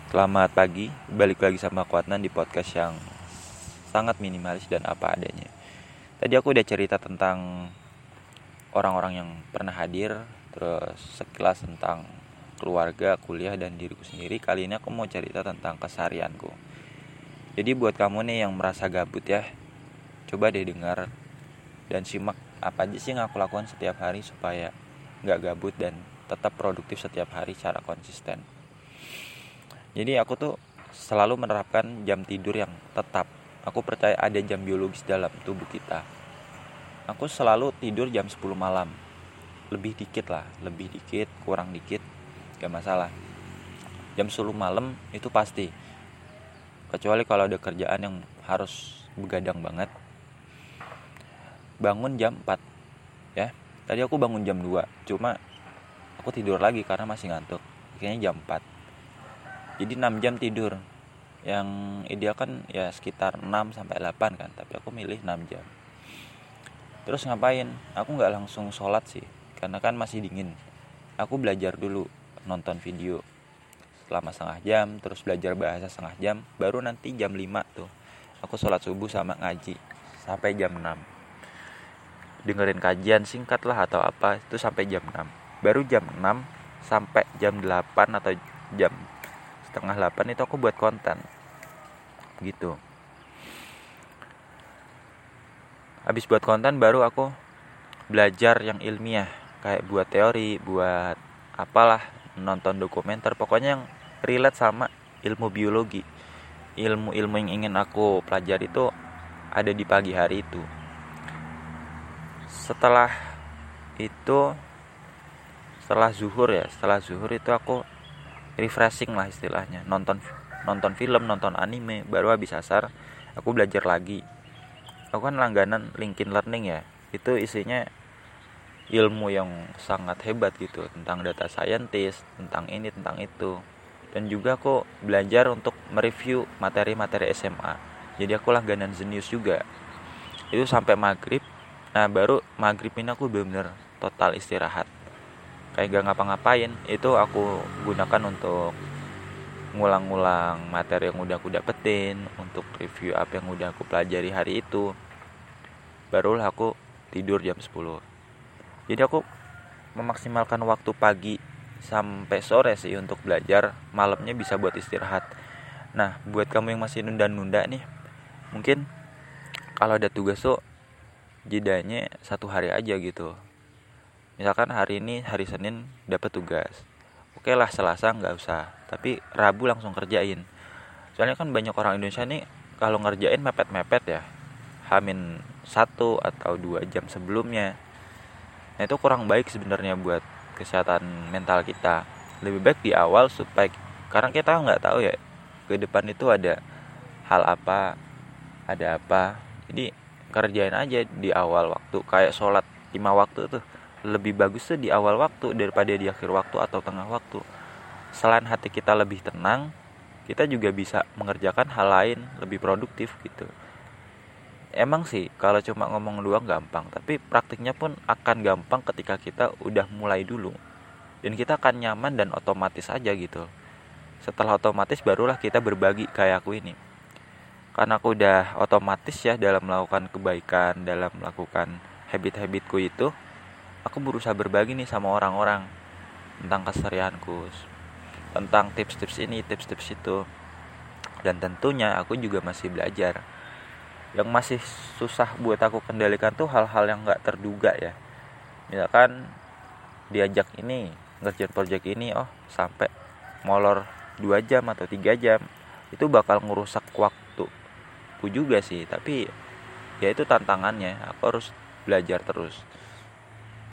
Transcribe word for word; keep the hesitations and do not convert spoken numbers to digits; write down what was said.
Selamat pagi, balik lagi sama aku Adnan di podcast yang sangat minimalis dan apa adanya. Tadi aku udah cerita tentang orang-orang yang pernah hadir, terus sekilas tentang keluarga, kuliah, dan diriku sendiri. Kali ini aku mau cerita tentang keseharianku. Jadi buat kamu nih yang merasa gabut ya, coba deh dengar dan simak apa aja sih yang aku lakukan setiap hari supaya gak gabut dan tetap produktif setiap hari secara konsisten. Jadi aku tuh selalu menerapkan jam tidur yang tetap. Aku percaya ada jam biologis dalam tubuh kita. Aku selalu tidur jam sepuluh malam. Lebih dikit lah, lebih dikit, kurang dikit, gak masalah. Jam sepuluh malam itu pasti. Kecuali kalau ada kerjaan yang harus begadang banget. Bangun jam empat ya. Tadi aku bangun jam dua, cuma aku tidur lagi karena masih ngantuk. Akhirnya jam empat. Jadi enam jam tidur. Yang ideal kan ya sekitar enam sampai delapan kan, tapi aku milih enam jam. Terus ngapain? Aku enggak langsung sholat sih, karena kan masih dingin. Aku belajar dulu, nonton video selama setengah jam, terus belajar bahasa setengah jam, baru nanti jam lima tuh aku sholat subuh sama ngaji sampai jam enam. Dengerin kajian singkat lah atau apa, itu sampai jam enam. Baru jam enam sampai jam delapan atau jam setengah delapan itu aku buat konten gitu. Habis buat konten baru aku belajar yang ilmiah, kayak buat teori, buat apalah, nonton dokumenter, pokoknya yang relate sama ilmu biologi. Ilmu-ilmu yang ingin aku pelajari itu ada di pagi hari itu. Setelah itu setelah zuhur ya, setelah zuhur itu aku refreshing lah istilahnya, nonton nonton film, nonton anime, baru habis asar aku belajar lagi. Aku kan langganan LinkedIn Learning ya, itu isinya ilmu yang sangat hebat gitu, tentang data scientist, tentang ini, tentang itu. Dan juga aku belajar untuk mereview materi-materi S M A. Jadi aku langganan Zenius juga. Itu sampai maghrib. Nah baru maghrib ini aku benar-benar total istirahat, kayak gak ngapa-ngapain. Itu aku gunakan untuk ngulang-ngulang materi yang udah aku dapetin, untuk review apa yang udah aku pelajari hari itu. Barulah aku tidur jam sepuluh. Jadi aku memaksimalkan waktu pagi sampai sore sih untuk belajar, malamnya bisa buat istirahat. Nah buat kamu yang masih nunda-nunda nih, mungkin kalau ada tugas tuh jedanya satu hari aja gitu. Misalkan hari ini hari Senin dapat tugas, oke lah Selasa nggak usah, tapi Rabu langsung kerjain. Soalnya kan banyak orang Indonesia nih kalau ngerjain mepet-mepet ya, hamin satu atau dua jam sebelumnya. Nah itu kurang baik sebenarnya buat kesehatan mental kita. Lebih baik di awal supaya, karena kita nggak tahu ya ke depan itu ada hal apa, ada apa. Jadi kerjain aja di awal waktu, kayak sholat lima waktu tuh lebih bagus tuh di awal waktu daripada di akhir waktu atau tengah waktu. Selain hati kita lebih tenang, kita juga bisa mengerjakan hal lain lebih produktif gitu. Emang sih kalau cuma ngomong doang gampang, tapi praktiknya pun akan gampang ketika kita udah mulai dulu. Dan kita akan nyaman dan otomatis aja gitu. Setelah otomatis barulah kita berbagi kayak aku ini. Karena aku udah otomatis ya dalam melakukan kebaikan, dalam melakukan habit-habitku itu, aku berusaha berbagi nih sama orang-orang tentang keseharianku, tentang tips-tips ini, tips-tips itu. Dan tentunya aku juga masih belajar. Yang masih susah buat aku kendalikan tuh hal-hal yang gak terduga ya. Misalkan diajak ini, ngerjain project ini, oh sampai molor dua jam atau tiga jam. Itu bakal ngerusak waktuku juga sih. Tapi ya itu tantangannya, aku harus belajar terus.